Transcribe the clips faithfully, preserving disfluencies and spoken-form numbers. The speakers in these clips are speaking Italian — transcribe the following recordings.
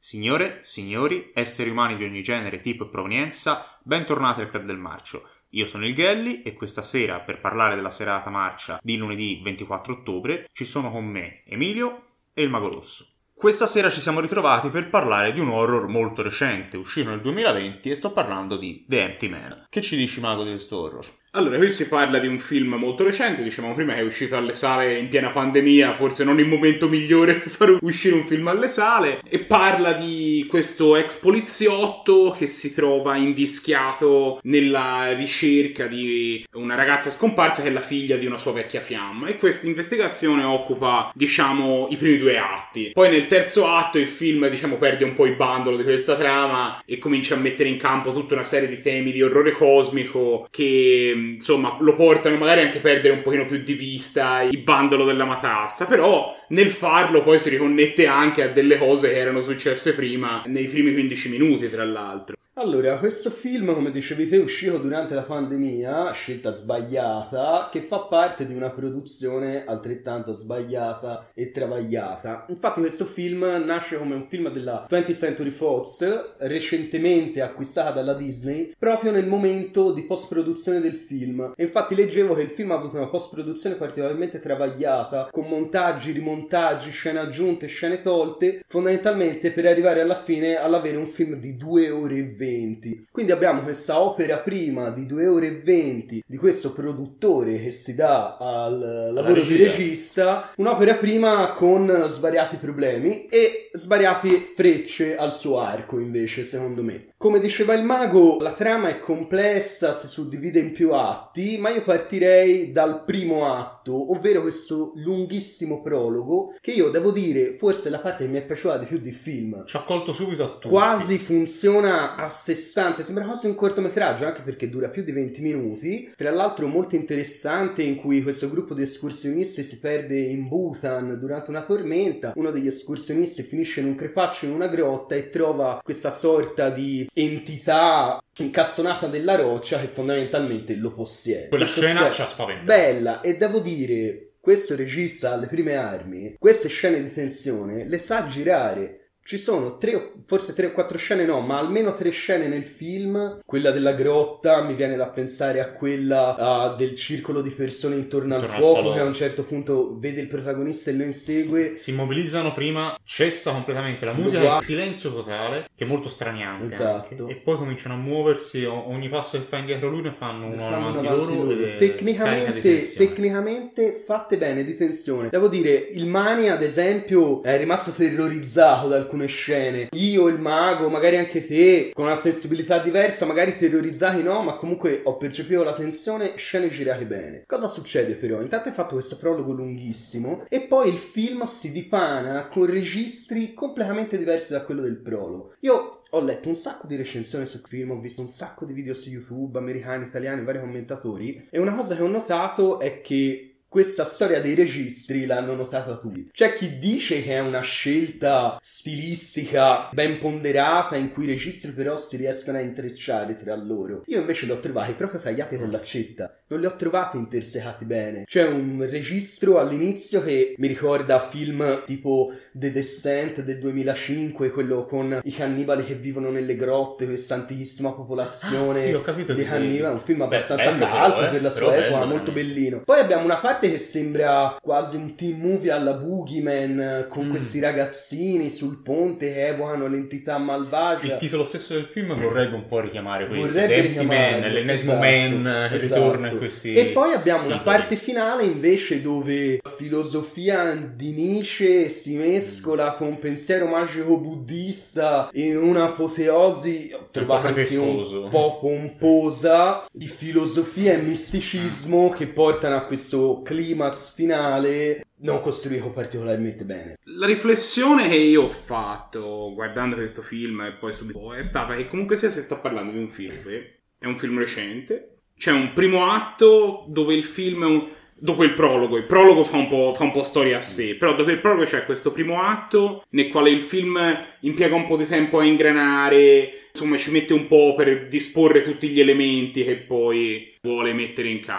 Signore, signori, esseri umani di ogni genere, tipo e provenienza, bentornati al Club del Marcio. Io sono il Gelli e questa sera, per parlare della serata marcia di lunedì ventiquattro ottobre, ci sono con me Emilio e il Mago Rosso. Questa sera ci siamo ritrovati per parlare di un horror molto recente, uscito nel duemilaventi, e sto parlando di The Empty Man. Che ci dici, Mago, di questo horror? Allora, qui si parla di un film molto recente, dicevamo prima che è uscito alle sale in piena pandemia, forse non il momento migliore per far uscire un film alle sale, e parla di questo ex poliziotto che si trova invischiato nella ricerca di una ragazza scomparsa che è la figlia di una sua vecchia fiamma, e questa investigazione occupa, diciamo, i primi due atti. Poi nel terzo atto il film, diciamo, perde un po' il bandolo di questa trama e comincia a mettere in campo tutta una serie di temi di orrore cosmico che insomma lo portano magari anche a perdere un pochino più di vista il bandolo della matassa, però nel farlo poi si riconnette anche a delle cose che erano successe prima, nei primi quindici minuti tra l'altro. Allora, questo film, come dicevi te, è uscito durante la pandemia, scelta sbagliata, che fa parte di una produzione altrettanto sbagliata e travagliata. Infatti questo film nasce come un film della twentieth Century Fox, recentemente acquistata dalla Disney, proprio nel momento di post-produzione del film. E infatti leggevo che il film ha avuto una post-produzione particolarmente travagliata, con montaggi, rimontaggi, scene aggiunte, scene tolte, fondamentalmente per arrivare alla fine all'avere un film di due ore e venti. Quindi abbiamo questa opera prima di due ore e venti di questo produttore che si dà al lavoro di regista, un'opera prima con svariati problemi e svariate frecce al suo arco, invece, secondo me. Come diceva il Mago, la trama è complessa, si suddivide in più atti, ma io partirei dal primo atto, ovvero questo lunghissimo prologo, che io devo dire forse è la parte che mi è piaciuta di più del film. Ci ha colto subito a tutti. Quasi funziona a sé stante, sembra quasi un cortometraggio, anche perché dura più di venti minuti. Tra l'altro molto interessante, in cui questo gruppo di escursionisti si perde in Bhutan durante una tormenta. Uno degli escursionisti finisce in un crepaccio in una grotta e trova questa sorta di entità incastonata nella roccia che fondamentalmente lo possiede. Quella Questo scena sta... ci ha spaventato. Bella, e devo dire, questo regista alle prime armi, queste scene di tensione le sa girare. Ci sono tre, forse tre o quattro scene, no, ma almeno tre scene nel film. Quella della grotta, mi viene da pensare a quella uh, del circolo di persone intorno, intorno al fuoco, al che a un certo punto vede il protagonista e lo insegue. Si, si immobilizzano prima, cessa completamente la musica, il silenzio totale, che è molto straniante. Esatto. Anche, e poi cominciano a muoversi, ogni passo che fa indietro lui ne fanno uno avanti loro. loro. Tecnicamente, tecnicamente fatte bene di tensione. Devo dire, il Mani, ad esempio, è rimasto terrorizzato da alcune scene. Io, il Mago, magari anche te, con una sensibilità diversa, magari terrorizzati no, ma comunque ho percepito la tensione, scene girate bene. Cosa succede però? Intanto hai fatto questo prologo lunghissimo e poi il film si dipana con registri completamente diversi da quello del prologo. Io ho letto un sacco di recensioni sul film, ho visto un sacco di video su YouTube, americani, italiani, vari commentatori, e una cosa che ho notato è che questa storia dei registri l'hanno notata tutti. C'è chi dice che è una scelta stilistica ben ponderata, in cui i registri però si riescono a intrecciare tra loro. Io invece li ho trovati proprio tagliati con l'accetta, non li ho trovati intersecati bene. C'è un registro all'inizio che mi ricorda film tipo The Descent del duemilacinque, quello con i cannibali che vivono nelle grotte, questa antichissima popolazione ah, sì, ho capito di cannibali, un film abbastanza bello, caldo però, eh? per la sua però epoca, bello, molto eh. bellino. Poi abbiamo una parte che sembra quasi un teen movie alla Boogeyman, con mm. questi ragazzini sul ponte che evocano l'entità malvagia. Il titolo stesso del film vorrebbe un po' richiamare questo, vorrebbe The Empty Man, l'ennesimo esatto, man che esatto. ritorna in questi e poi abbiamo titoli. Una parte finale invece dove la filosofia di Nietzsche si mescola mm. con pensiero magico buddista in un'apoteosi trovata anche un po' pomposa di filosofia e misticismo che portano a questo climax finale non costruito particolarmente bene. La riflessione che io ho fatto guardando questo film e poi subito è stata che comunque sia si sta parlando di un film, è un film recente, c'è un primo atto dove il film è un dopo il prologo, il prologo fa un po', fa un po' storia a sé, però dopo il prologo c'è questo primo atto nel quale il film impiega un po' di tempo a ingranare, insomma ci mette un po' per disporre tutti gli elementi che poi vuole mettere in campo.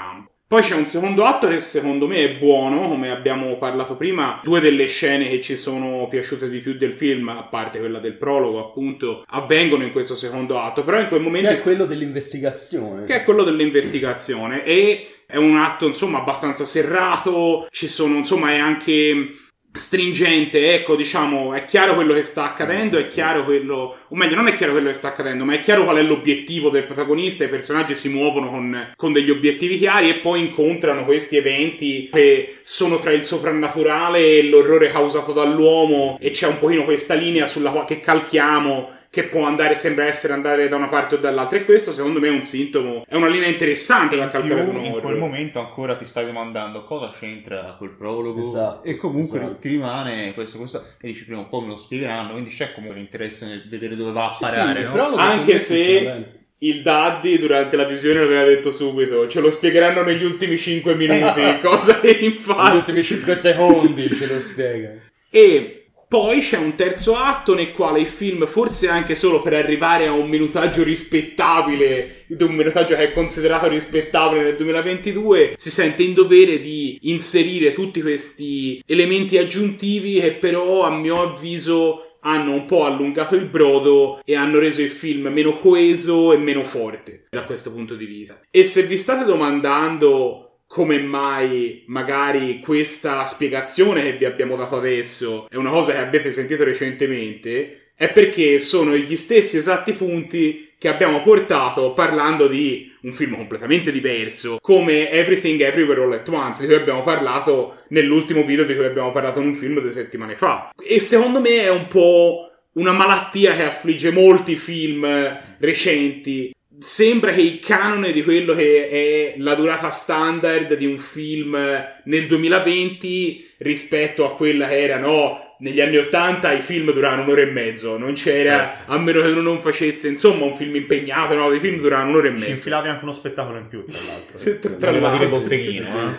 Poi c'è un secondo atto che secondo me è buono, come abbiamo parlato prima. Due delle scene che ci sono piaciute di più del film, a parte quella del prologo appunto, avvengono in questo secondo atto, però in quel momento... Che è quello dell'investigazione. Che è quello dell'investigazione, e è un atto insomma abbastanza serrato, ci sono insomma è anche... stringente, ecco, diciamo, è chiaro quello che sta accadendo, è chiaro quello, o meglio, non è chiaro quello che sta accadendo, ma è chiaro qual è l'obiettivo del protagonista, i personaggi si muovono con, con degli obiettivi chiari e poi incontrano questi eventi che sono tra il soprannaturale e l'orrore causato dall'uomo, e c'è un pochino questa linea sulla quale che calchiamo, che può andare, sembra essere andare da una parte o dall'altra, e questo secondo me è un sintomo, è una linea interessante da calcare con un in horror. quel momento ancora ti stai domandando cosa c'entra quel prologo, esatto, e comunque esatto. ti rimane questo, questo e dici prima un po' me lo spiegheranno, quindi c'è comunque l'interesse nel vedere dove va a Sì, parare, sì, no? prologo Anche secondo me se funziona bene. il Daddy durante la visione l'aveva detto subito, ce lo spiegheranno negli ultimi cinque minuti, cosa che Negli infatti... ultimi cinque secondi ce lo spiega. E poi c'è un terzo atto nel quale il film, forse anche solo per arrivare a un minutaggio rispettabile, un minutaggio che è considerato rispettabile nel duemilaventidue, si sente in dovere di inserire tutti questi elementi aggiuntivi che però, a mio avviso, hanno un po' allungato il brodo e hanno reso il film meno coeso e meno forte da questo punto di vista. E se vi state domandando come mai magari questa spiegazione che vi abbiamo dato adesso è una cosa che avete sentito recentemente, è perché sono gli stessi esatti punti che abbiamo portato parlando di un film completamente diverso come Everything Everywhere All at Once, di cui abbiamo parlato nell'ultimo video di cui abbiamo parlato in un film due settimane fa. E secondo me è un po' una malattia che affligge molti film recenti. Sembra che il canone di quello che è la durata standard di un film nel duemilaventi rispetto a quella che era, no, negli anni ottanta i film duravano un'ora e mezzo, non c'era, certo. A meno che uno non facesse insomma un film impegnato, no, dei film duravano un'ora e mezzo. Ci infilavi anche uno spettacolo in più, tra l'altro. Tra Voleva l'altro. dire botteghino, eh.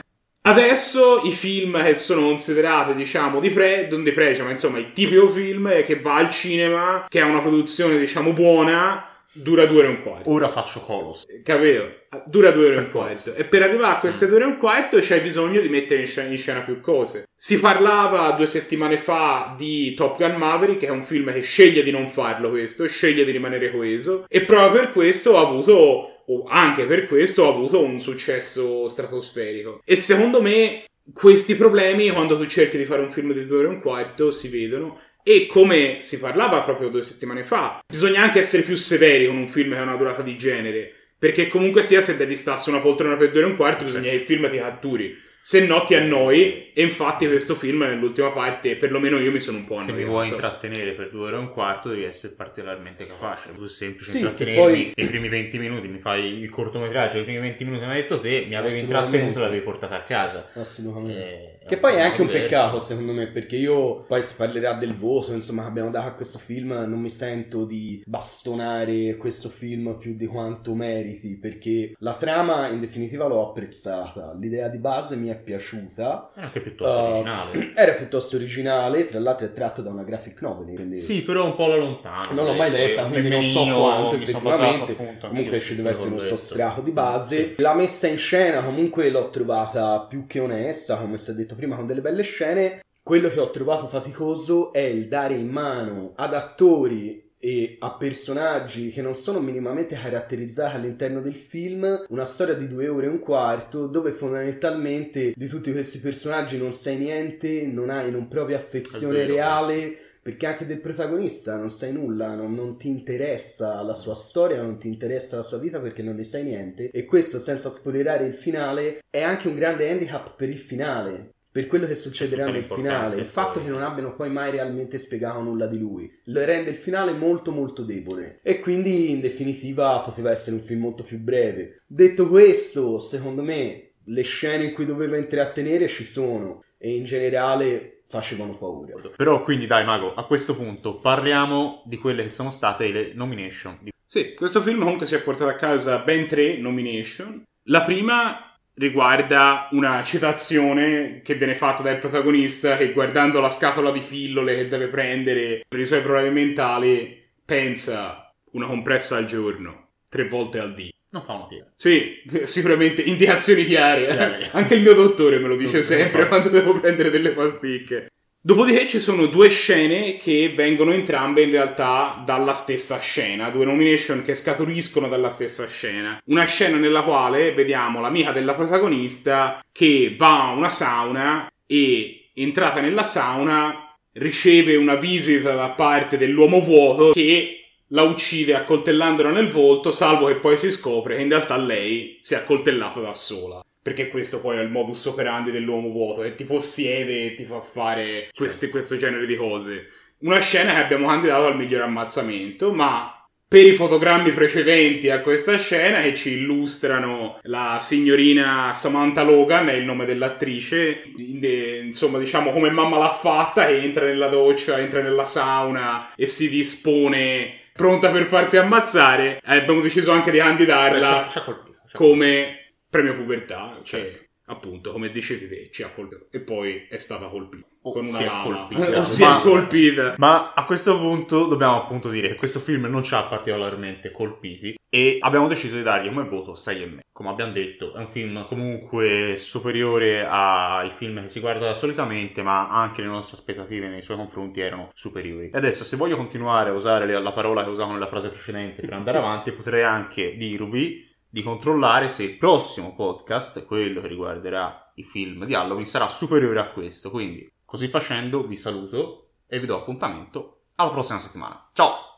Adesso i film che sono considerati, diciamo, di pre, non di pre, ma insomma il tipico film che va al cinema, che ha una produzione, diciamo, buona, dura due ore e un quarto. Ora faccio Colos. Capito? Dura due ore e Per un quarto. forza. E per arrivare a queste due ore e un quarto c'è bisogno di mettere in scena, in scena più cose. Si parlava due settimane fa di Top Gun Maverick, che è un film che sceglie di non farlo questo, sceglie di rimanere coeso, e proprio per questo ha avuto, o anche per questo, ha avuto un successo stratosferico. E secondo me questi problemi, quando tu cerchi di fare un film di due ore e un quarto, si vedono. E come si parlava proprio due settimane fa, bisogna anche essere più severi con un film che ha una durata di genere, perché comunque sia, se devi stare su una poltrona per due ore e un quarto, bisogna che il film ti catturi, se no ti annoi. E infatti questo film nell'ultima parte, perlomeno io mi sono un po' annoiato. Se mi vuoi intrattenere per due ore e un quarto devi essere particolarmente capace. Tu semplice sì, intrattenermi poi... nei primi venti minuti, mi fai il cortometraggio, i primi venti minuti mi hai detto te, mi avevi intrattenuto e l'avevi portato a casa. Assolutamente. Eh, che poi è anche un diverso. peccato secondo me, perché io, poi si parlerà del voto insomma che abbiamo dato a questo film, non mi sento di bastonare questo film più di quanto meriti, perché la trama in definitiva l'ho apprezzata, l'idea di base mi è piaciuta, Era anche piuttosto uh, originale. Era piuttosto originale, tra l'altro è tratto da una graphic novel, quindi... Sì, però un po' alla lontana. Non l'ho mai letta, quindi non so quanto effettivamente. Comunque ci deve essere un sostrato di base. Sì. La messa in scena comunque l'ho trovata più che onesta, come si è detto prima, con delle belle scene. Quello che ho trovato faticoso è il dare in mano ad attori e a personaggi che non sono minimamente caratterizzati all'interno del film una storia di due ore e un quarto, dove fondamentalmente di tutti questi personaggi non sai niente, non hai non provi affezione vero, reale, perché anche del protagonista non sai nulla, non, non ti interessa la sua storia, non ti interessa la sua vita, perché non ne sai niente. E questo, senza spoilerare il finale, è anche un grande handicap per il finale, per quello che succederà nel finale. Il fatto che non abbiano poi mai realmente spiegato nulla di lui lo rende il finale molto molto debole, e quindi in definitiva poteva essere un film molto più breve. Detto questo, secondo me le scene in cui doveva intrattenere ci sono, e in generale facevano paura. Però quindi dai Mago, a questo punto parliamo di quelle che sono state le nomination. Sì, questo film comunque si è portato a casa ben tre nomination. La prima riguarda una citazione che viene fatta dal protagonista, che guardando la scatola di pillole che deve prendere per i suoi problemi mentali pensa: una compressa al giorno, tre volte al dì. non fa una piega. Sì, sicuramente indicazioni chiare. Chiare. Anche il mio dottore me lo dice Non sempre fa. quando devo prendere delle pasticche. Dopodiché ci sono due scene che vengono entrambe in realtà dalla stessa scena, due nomination che scaturiscono dalla stessa scena. Una scena nella quale vediamo l'amica della protagonista che va a una sauna e, entrata nella sauna, riceve una visita da parte dell'uomo vuoto che la uccide accoltellandola nel volto, salvo che poi si scopre che in realtà lei si è accoltellata da sola. Perché questo poi è il modus operandi dell'uomo vuoto, che ti possiede e ti fa fare queste, questo genere di cose. Una scena che abbiamo candidato al miglior ammazzamento, ma per i fotogrammi precedenti a questa scena che ci illustrano la signorina Samantha Logan, è il nome dell'attrice, insomma diciamo come mamma l'ha fatta, che entra nella doccia, entra nella sauna e si dispone pronta per farsi ammazzare, eh, abbiamo deciso anche di candidarla Beh, ci ha colpito, ci ha come premio pubertà, cioè Certo. appunto come dicevi te ci ha colpito e poi è stata colpita Oh, con una si è lama. colpita. O si Ma- è colpita. Ma a questo punto dobbiamo appunto dire che questo film non ci ha particolarmente colpiti e abbiamo deciso di dargli come voto sei e mezzo. Come abbiamo detto, è un film comunque superiore ai film che si guarda solitamente, ma anche le nostre aspettative nei suoi confronti erano superiori. E adesso, se voglio continuare a usare le- la parola che usavo nella frase precedente per andare avanti, potrei anche dirvi di controllare se il prossimo podcast, quello che riguarderà i film di Halloween, sarà superiore a questo. Quindi, così facendo, vi saluto e vi do appuntamento alla prossima settimana. Ciao!